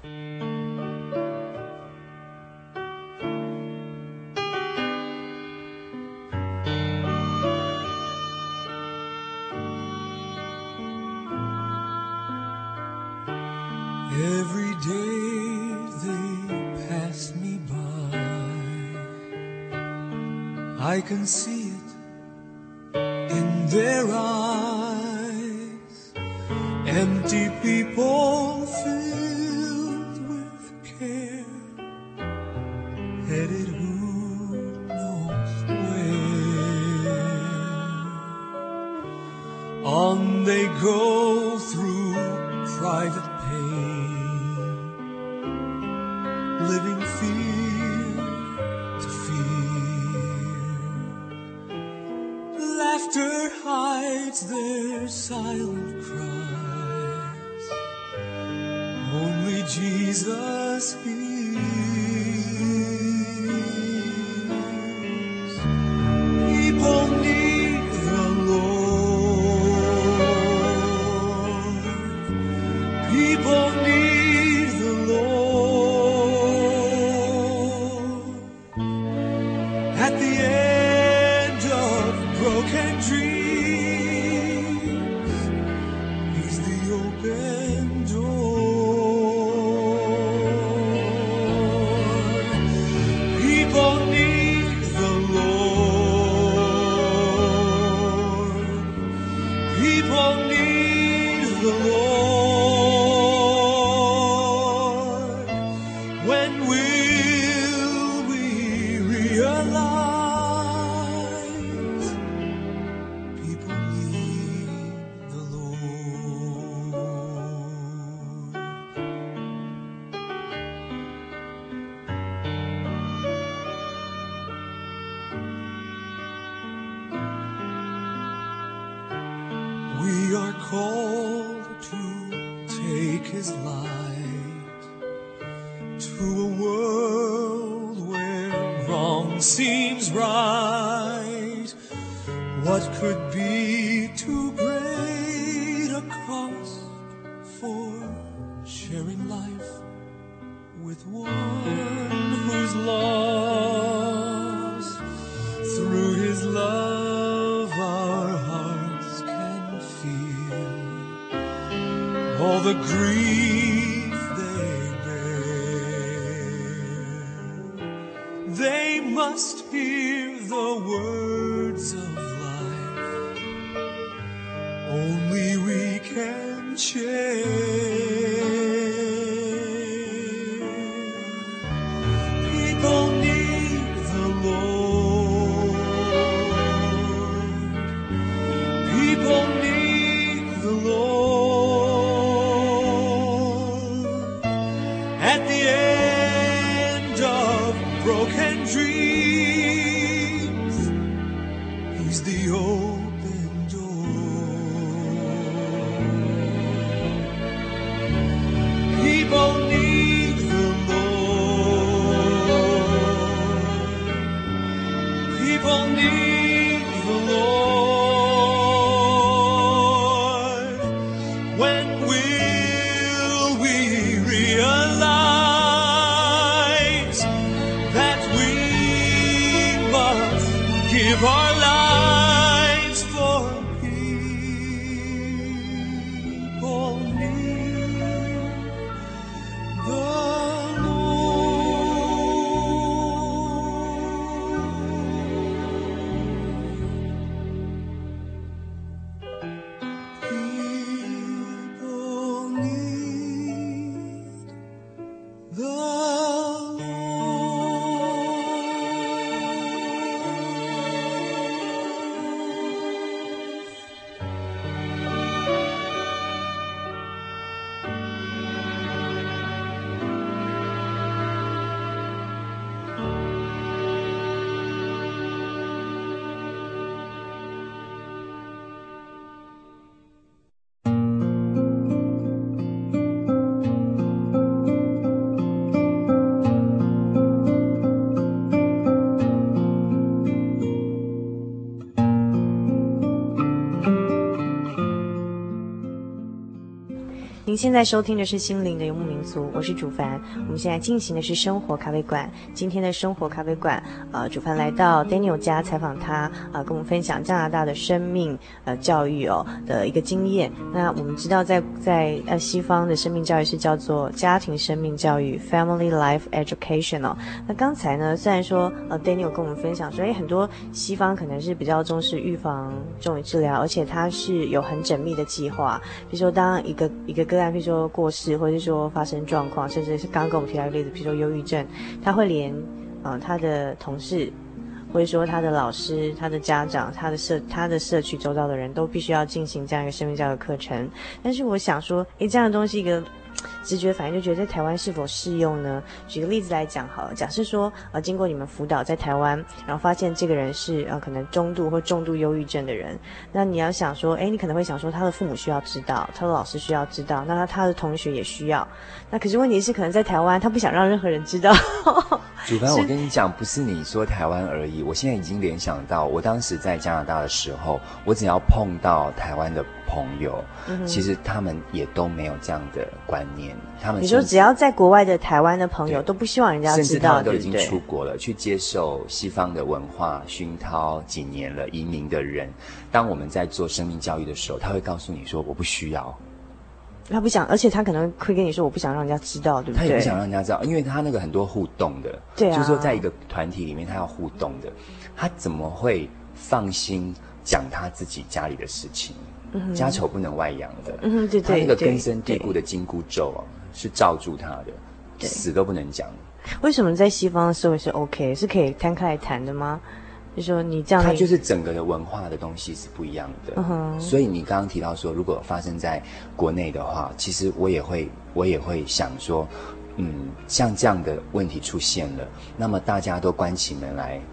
Every day they pass me by, I can see it in their eyes. Empty people filled with care, headed who knows where. On they go through private pain, living fear to fear. Laughter hides their silent cries, only Jesus hears. People need the Lord, people need the Lord. At the end of broken dreams, He's the open door. People need the Lord, people need the Lord. When will we realize people need We are called to take his light to a world where wrong seems right. What could be too great a cost for sharing life with one who's lost? Through his love our hearts can feel all the grief they bear. They must hear the words of life only we can share. People need the Lord. People need the Lord. At the end of broken dreams, he's the open door. People need the Lord. People need the Lord. When will we realize that we must give our lives for people need the People need the Lord. 您现在收听的是心灵的游牧民族，我是主凡。我们现在进行的是生活咖啡馆。今天的生活咖啡馆，呃，主凡来到 Daniel 家采访他，呃，跟我们分享加拿大的生命呃教育哦的一个经验。那我们知道在，在呃西方的生命教育是叫做家庭生命教育 （Family Life Education） 哦。那刚才呢，虽然说呃 Daniel 跟我们分享说，哎，很多西方可能是比较重视预防重于治疗，而且它是有很缜密的计划，比如说当一个一个个案，比如说过世，或者是说发生状况，甚至是刚刚跟我们提到一个例子，比如说忧郁症，他会连呃他的同事，或者说他的老师、他的家长、他的社、他的社区周遭的人都必须要进行这样一个生命教育课程。但是我想说，诶，这样的东西一个直觉反应就觉得在台湾是否适用呢？举个例子来讲好了，假设说呃经过你们辅导在台湾，然后发现这个人是呃可能中度或重度忧郁症的人，那你要想说，诶，你可能会想说他的父母需要知道，他的老师需要知道，那他他的同学也需要。那可是问题是可能在台湾他不想让任何人知道。 主凡，我跟你讲，不是你说台湾而已，我现在已经联想到，我当时在加拿大的时候，我只要碰到台湾的朋友，嗯、其实他们也都没有这样的观念。他们你说只要在国外的台湾的朋友都不希望人家知道， 甚至他们都已经出国了，去接受西方的文化熏陶几年了，移民的人，当我们在做生命教育的时候，他会告诉你说我不需要。 他不想，而且他可能会跟你说我不想让人家知道，对不对？ 他也不想让人家知道，因为他那个很多互动的， 对啊， 就是说在一个团体里面他要互动的，他怎么会放心讲他自己家里的事情？嗯、家丑不能外扬的， 嗯，对对， 他那个根深蒂固的紧箍咒啊，是罩住他的，死都不能讲。 为什么在西方的社会是 OK， 是可以摊开来谈的吗？就说你这样， 它就是整个的文化的东西是不一样的。嗯哼，所以你刚刚提到说，如果发生在国内的话，其实我也会，我也会想说，嗯，像这样的问题出现了，那么大家都关起门来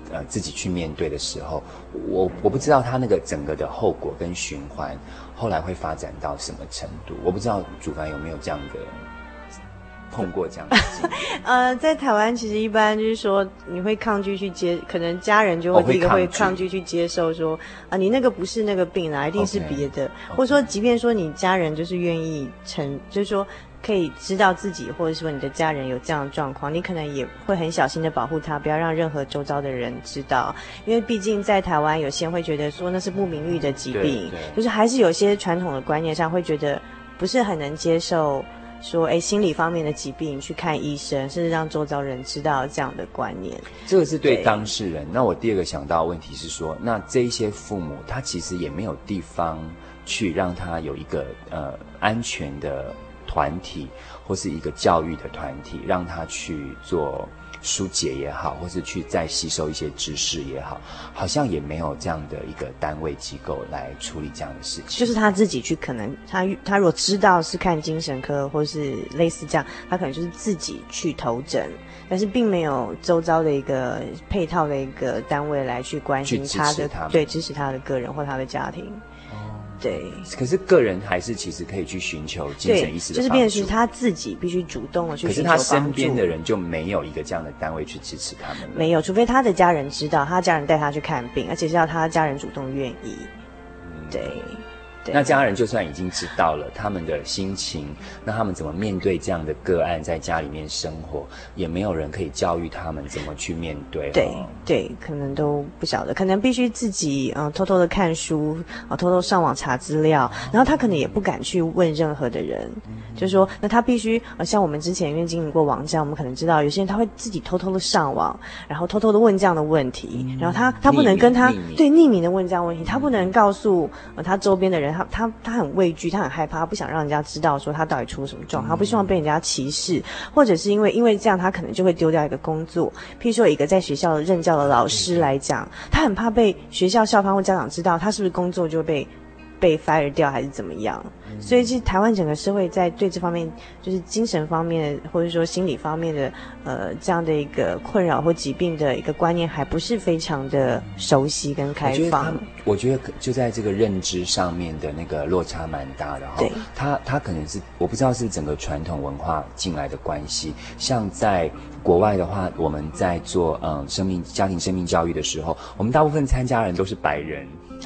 呃自己去面对的时候，我我不知道他那个整个的后果跟循环后来会发展到什么程度，我不知道主凡有没有这样的碰过这样的经验。 呃，在台湾其实一般就是说你会抗拒去接，可能家人就会第一个会抗拒去接受说啊，你那个不是那个病啊，一定是别的， okay, 或者说即便说你家人就是愿意承，就是说可以知道自己或者说你的家人有这样的状况，你可能也会很小心的保护他，不要让任何周遭的人知道，因为毕竟在台湾有些人会觉得说那是不名誉的疾病，就是还是有些传统的观念上会觉得不是很能接受说哎，心理方面的疾病去看医生，甚至让周遭人知道这样的观念。 这个是对当事人。那我第二个想到的问题是说，那这一些父母他其实也没有地方去让他有一个呃安全的团体或是一个教育的团体，让他去做疏解也好，或是去再吸收一些知识也好，好像也没有这样的一个单位机构来处理这样的事情。 就是他自己去，可能他他如果知道是看精神科或是类似这样，他可能就是自己去投诊，但是并没有周遭的一个配套的一个单位来去关心他的， 他对，支持他的个人或他的家庭。对， 可是个人还是其实可以去寻求精神医师的帮助， 就是变成是他自己必须主动的去寻求帮助。 可是他身边的人就没有一个这样的单位去支持他们了。 没有，除非他的家人知道，他家人带他去看病，而且是要他家人主动愿意。嗯、对。 那家人就算已经知道了他们的心情，那他们怎么面对这样的个案，在家里面生活，也没有人可以教育他们怎么去面对。 对、哦、对，可能都不晓得，可能必须自己嗯、呃、偷偷的看书啊、呃，偷偷上网查资料，然后他可能也不敢去问任何的人，嗯、就是说，那他必须呃像我们之前因为经营过网站，我们可能知道有些人他会自己偷偷的上网，然后偷偷的问这样的问题，嗯、然后他他不能跟他匿对匿名的问这样的问题，他不能告诉呃他周边的人。他他他很畏惧，他很害怕，他不想让人家知道说他到底出了什么状况，他不希望被人家歧视，或者是因为因为这样他可能就会丢掉一个工作。譬如说一个在学校任教的老师来讲，他很怕被学校校方或家长知道他是不是工作就被被 fire 掉还是怎么样。所以其实台湾整个社会在对这方面，就是精神方面或者说心理方面的呃这样的一个困扰或疾病的一个观念还不是非常的熟悉跟开放。 我觉得就在这个认知上面的那个落差蛮大的哈。 对， 他他可能是我不知道是整个传统文化进来的关系。像在国外的话，我们在做嗯生命家庭生命教育的时候，我们大部分参加人都是白人。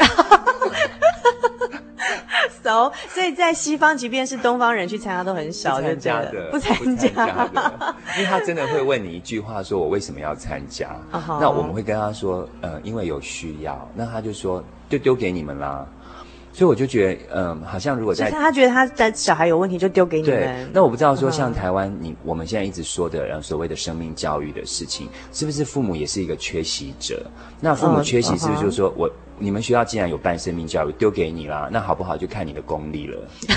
So, 所以在西方即便是东方人去参加都很少， 不参加的， 不参加的，因为他真的会问你一句话说我为什么要参加、uh-huh. 那我们会跟他说呃，因为有需要，那他就说就丢给你们啦。所以我就觉得嗯、呃，好像如果在他觉得他的小孩有问题就丢给你们。 对，那我不知道说像台湾你我们现在一直说的呃所谓的生命教育的事情，是不是父母也是一个缺席者？那父母缺席是不是就是说、uh-huh. 我你们学校既然有办生命教育，丢给你啦，那好不好就看你的功力了。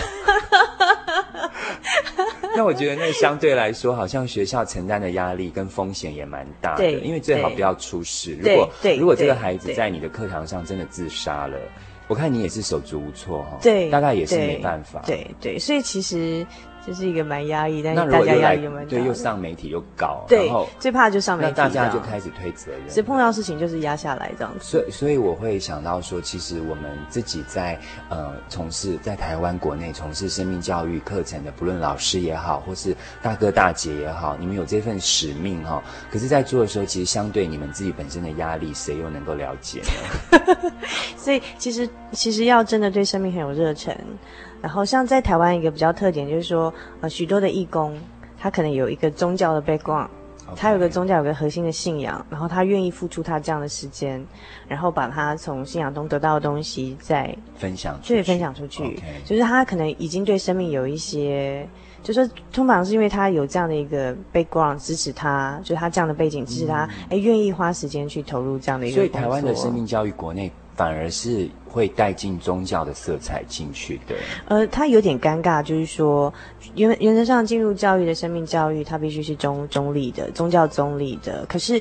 那我觉得那相对来说，好像学校承担的压力跟风险也蛮大的，因为最好不要出事。如果如果这个孩子在你的课堂上真的自杀了，我看你也是手足无措哈。 对， 大概也是没办法。 对 对, 对，所以其实这是一个蛮压抑，但是大家压力又蛮大的。 对，又上媒体又搞， 对， 然后最怕就上媒体， 那大家就开始推责任。 所以碰到事情就是压下来这样子。 所以，所以我会想到说，其实我们自己在呃从事在台湾国内从事生命教育课程的，不论老师也好，或是大哥大姐也好，你们有这份使命哈、哦。可是，在做的时候，其实相对你们自己本身的压力，谁又能够了解呢？ 所以，其实其实要真的对生命很有热忱。然后像在台湾一个比较特点就是说，呃，许多的义工，他可能有一个宗教的 background， 他有个宗教有个核心的信仰，然后他愿意付出他这样的时间，然后把他从信仰中得到的东西再分享出去， 对，分享出去。 Okay. 就是他可能已经对生命有一些，就是说通常是因为他有这样的一个 background 支持他，就是他这样的背景支持他，哎、嗯，愿意花时间去投入这样的一个工作。 所以台湾的生命教育国内反而是会带进宗教的色彩进去的。 呃，它有点尴尬，就是说，原原则上进入教育的生命教育，它必须是中中立的，宗教中立的。可是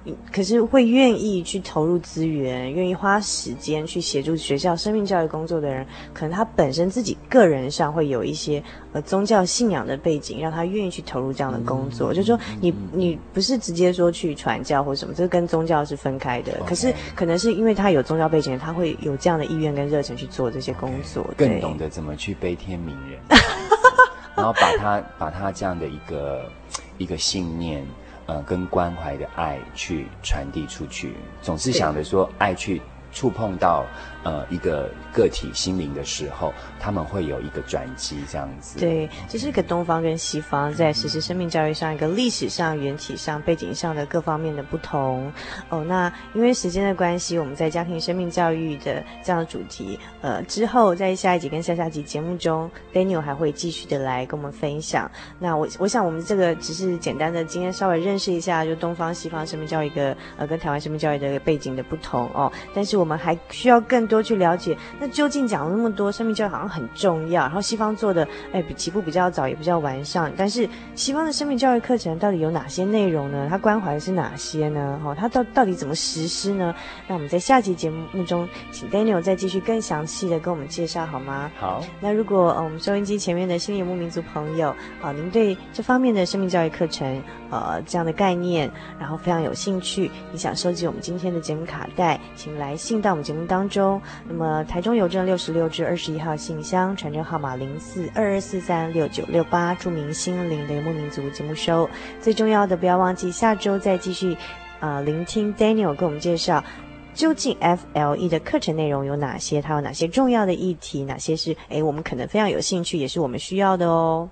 可是会愿意去投入资源，愿意花时间去协助学校生命教育工作的人，可能他本身自己个人上会有一些呃宗教信仰的背景，让他愿意去投入这样的工作。嗯、就是说你，你你不是直接说去传教或什么，这个跟宗教是分开的。Okay. 可是可能是因为他有宗教背景，他会有这样的意愿跟热忱去做这些工作， okay. 更懂得怎么去悲天悯人，然后把他把他这样的一个一个信念。呃，跟关怀的爱去传递出去，总是想着说爱去触碰到呃一个个体心灵的时候，他们会有一个转机，这样子。 对，这是一个东方跟西方在实施生命教育上一个历史上、缘起上、背景上的各方面的不同。哦，那因为时间的关系，我们在家庭生命教育的这样的主题，呃，之后在下一集跟下下集节目中 ，Daniel 还会继续的来跟我们分享。那我我想我们这个只是简单的今天稍微认识一下，就东方西方生命教育一个呃跟台湾生命教育的背景的不同哦，但是我们还需要更多去了解，那究竟讲了那么多，生命教育好像很重要，然后西方做的哎比起步比较早，也比较完善，但是西方的生命教育课程到底有哪些内容呢？它关怀的是哪些呢？哦，它到到底怎么实施呢？那我们在下期节目中，请 Daniel 再继续更详细的跟我们介绍好吗？ 好。 那如果呃我们收音机前面的心理游牧民族朋友啊、呃，您对这方面的生命教育课程呃这样的概念，然后非常有兴趣，你想收集我们今天的节目卡带，请来信到我们节目当中。那么台中邮政六十六至二十一号信箱，传真号码零四二二四三六九六八，注明心灵的游牧民族节目收。最重要的，不要忘记下周再继续呃聆听 Daniel 跟我们介绍究竟 F L E 的课程内容有哪些，它有哪些重要的议题，哪些是诶我们可能非常有兴趣，也是我们需要的哦。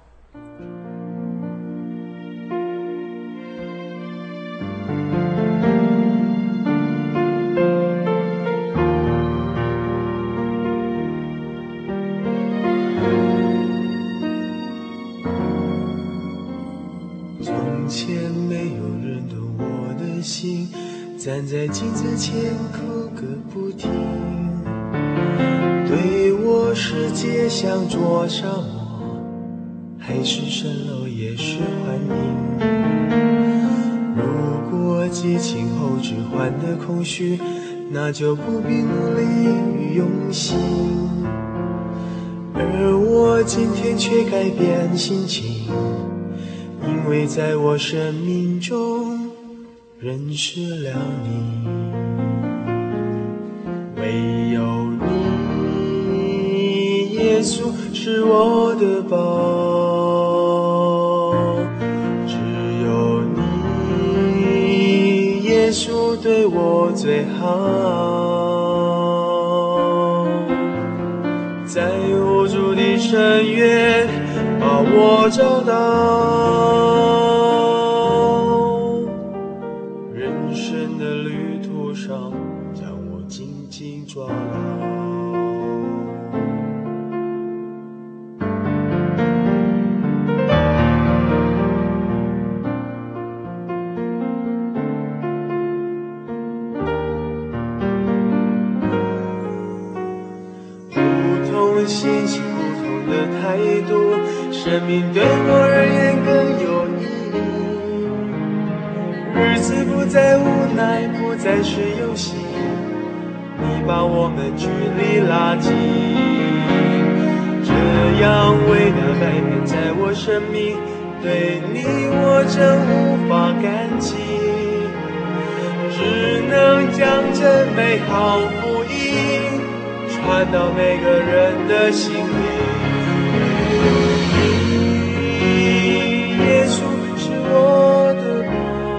站在镜子前哭个不停，对我世界像灼伤我，海市蜃楼也是幻影。如果激情后只换得空虚，那就不必努力与用心。而我今天却改变心情，因为在我生命中认识了你，唯有你，耶稣是我的宝，只有你，耶稣对我最好，在无助的深渊把我找到，抓牢。不同的心情，不同的态度，生命对我而言更有意义。日子不再无奈，不再是游戏，你把我们距离拉近，这样伟大改变在我生命，对你我真无法感激，只能将这美好福音传到每个人的心里。你，耶稣是我的宝，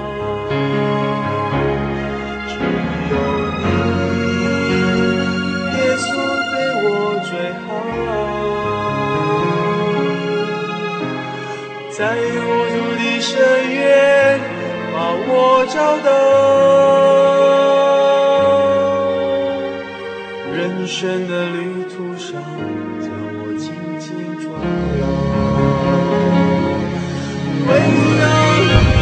在无助的深渊把我找到，人生的旅途上将我紧紧抓牢，唯有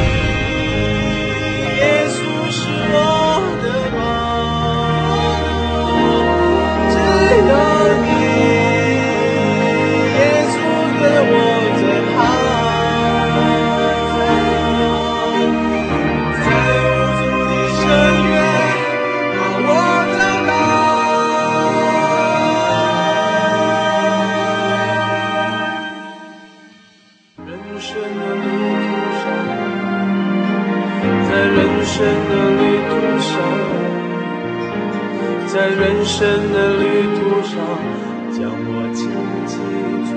在人生的旅途上将我紧紧抓。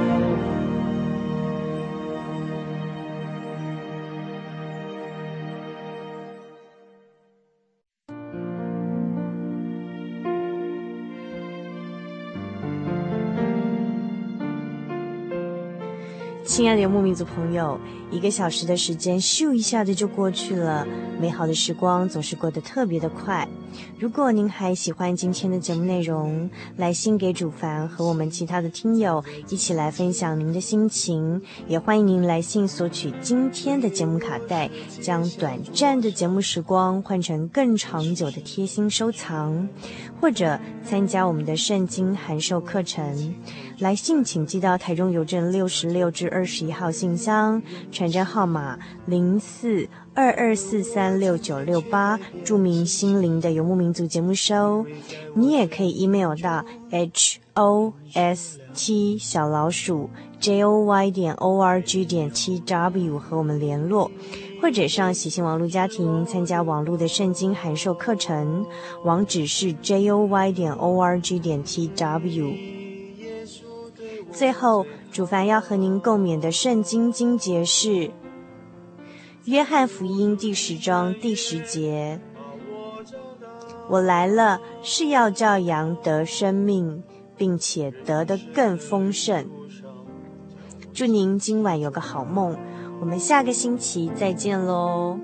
亲爱的游牧民族朋友，一个小时的时间咻一下子就过去了，美好的时光总是过得特别的快。如果您还喜欢今天的节目内容，来信给主凡和我们其他的听友一起来分享您的心情，也欢迎您来信索取今天的节目卡带，将短暂的节目时光换成更长久的贴心收藏，或者参加我们的圣经函授课程。来信请寄到台中邮政六十六至二十一号信箱，传真号码零四二二四三六九六八，注明心灵的游牧民族节目收。你也可以 email 到 h o s t 小老鼠 j o y 点 o r g 点 t w 和我们联络，或者上喜信网络家庭参加网络的圣经函授课程，网址是 j o y 点 o r g 点 t w。最后，主凡要和您共勉的圣经经节是约翰福音第十章第十节：我来了，是要叫羊得生命，并且得得更丰盛。祝您今晚有个好梦，我们下个星期再见喽。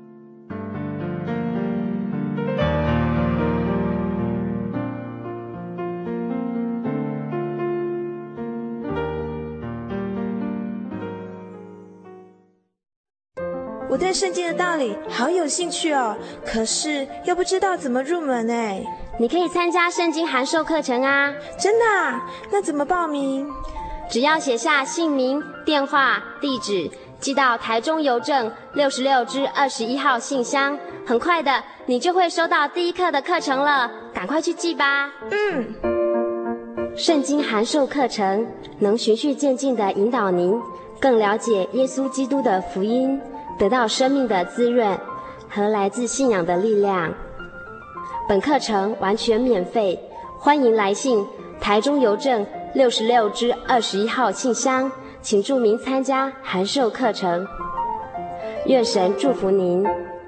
我对圣经的道理好有兴趣哦，可是又不知道怎么入门哎。 你可以参加圣经函授课程啊。 真的啊？那怎么报名？ 只要写下姓名、电话、地址，寄到台中邮政六十六至二十一号信箱，很快的你就会收到第一课的课程了，赶快去寄吧。 嗯。 圣经函授课程能循序渐进地引导您更了解耶稣基督的福音，得到生命的滋润和来自信仰的力量。本课程完全免费，欢迎来信台中邮政六十六至二十一号信箱，请注明参加函授课程。愿神祝福您。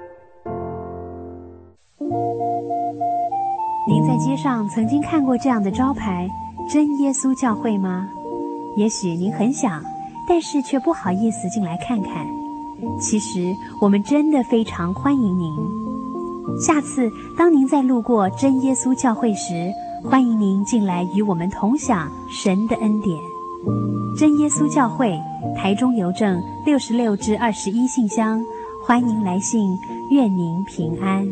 您在街上曾经看过这样的招牌真耶稣教会吗？也许您很想，但是却不好意思进来看看。其实我们真的非常欢迎您。下次当您在路过真耶稣教会时，欢迎您进来与我们同享神的恩典。真耶稣教会台中邮政六十六至二十一信箱，欢迎来信，愿您平安。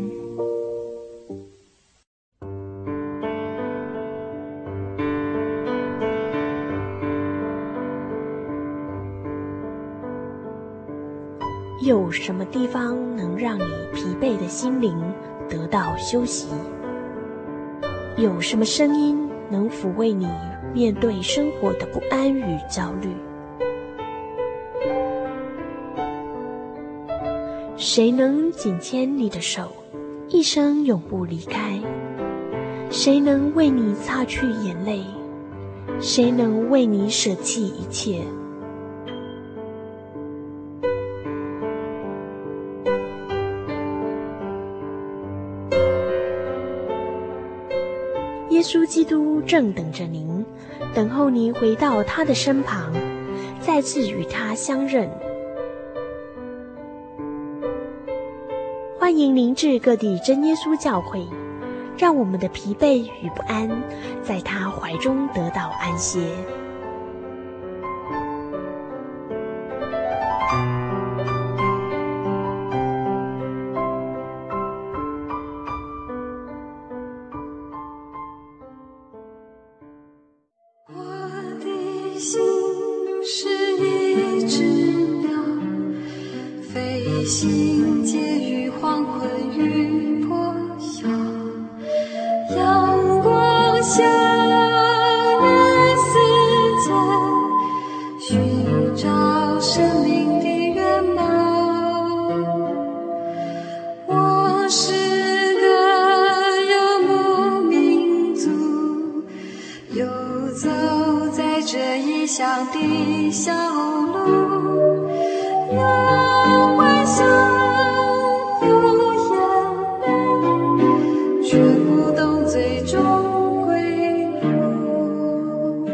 有什么地方能让你疲惫的心灵得到休息？有什么声音能抚慰你面对生活的不安与焦虑？谁能紧牵你的手，一生永不离开？谁能为你擦去眼泪？谁能为你舍弃一切？耶稣基督正等着您，等候您回到他的身旁，再次与他相认。欢迎您至各地真耶稣教会，让我们的疲惫与不安在他怀中得到安歇。 心结于黄昏与破晓，阳光下来世间，寻找生命的原貌。我是个游牧民乡的小路，有欢笑，有眼泪，却不懂最终归路。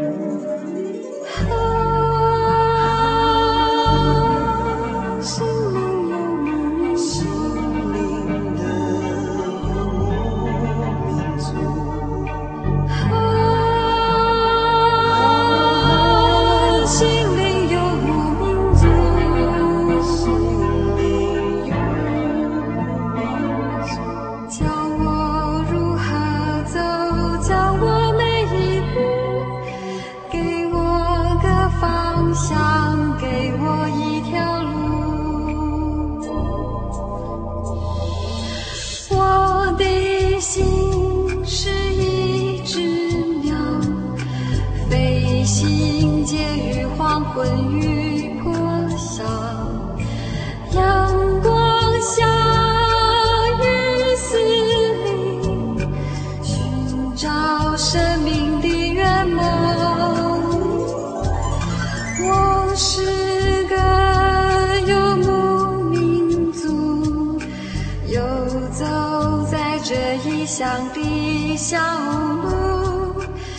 啊，心灵游牧，心灵的游牧民族。心灵游牧民族，心灵游牧民族，教我如何走，教我每一步，给我个方向，给我一条路。我的心是一只鸟，飞行介于黄昏与破晓，阳光下雨丝里，寻找生命的圆梦。我是个游牧民族，游走在这异乡的小路，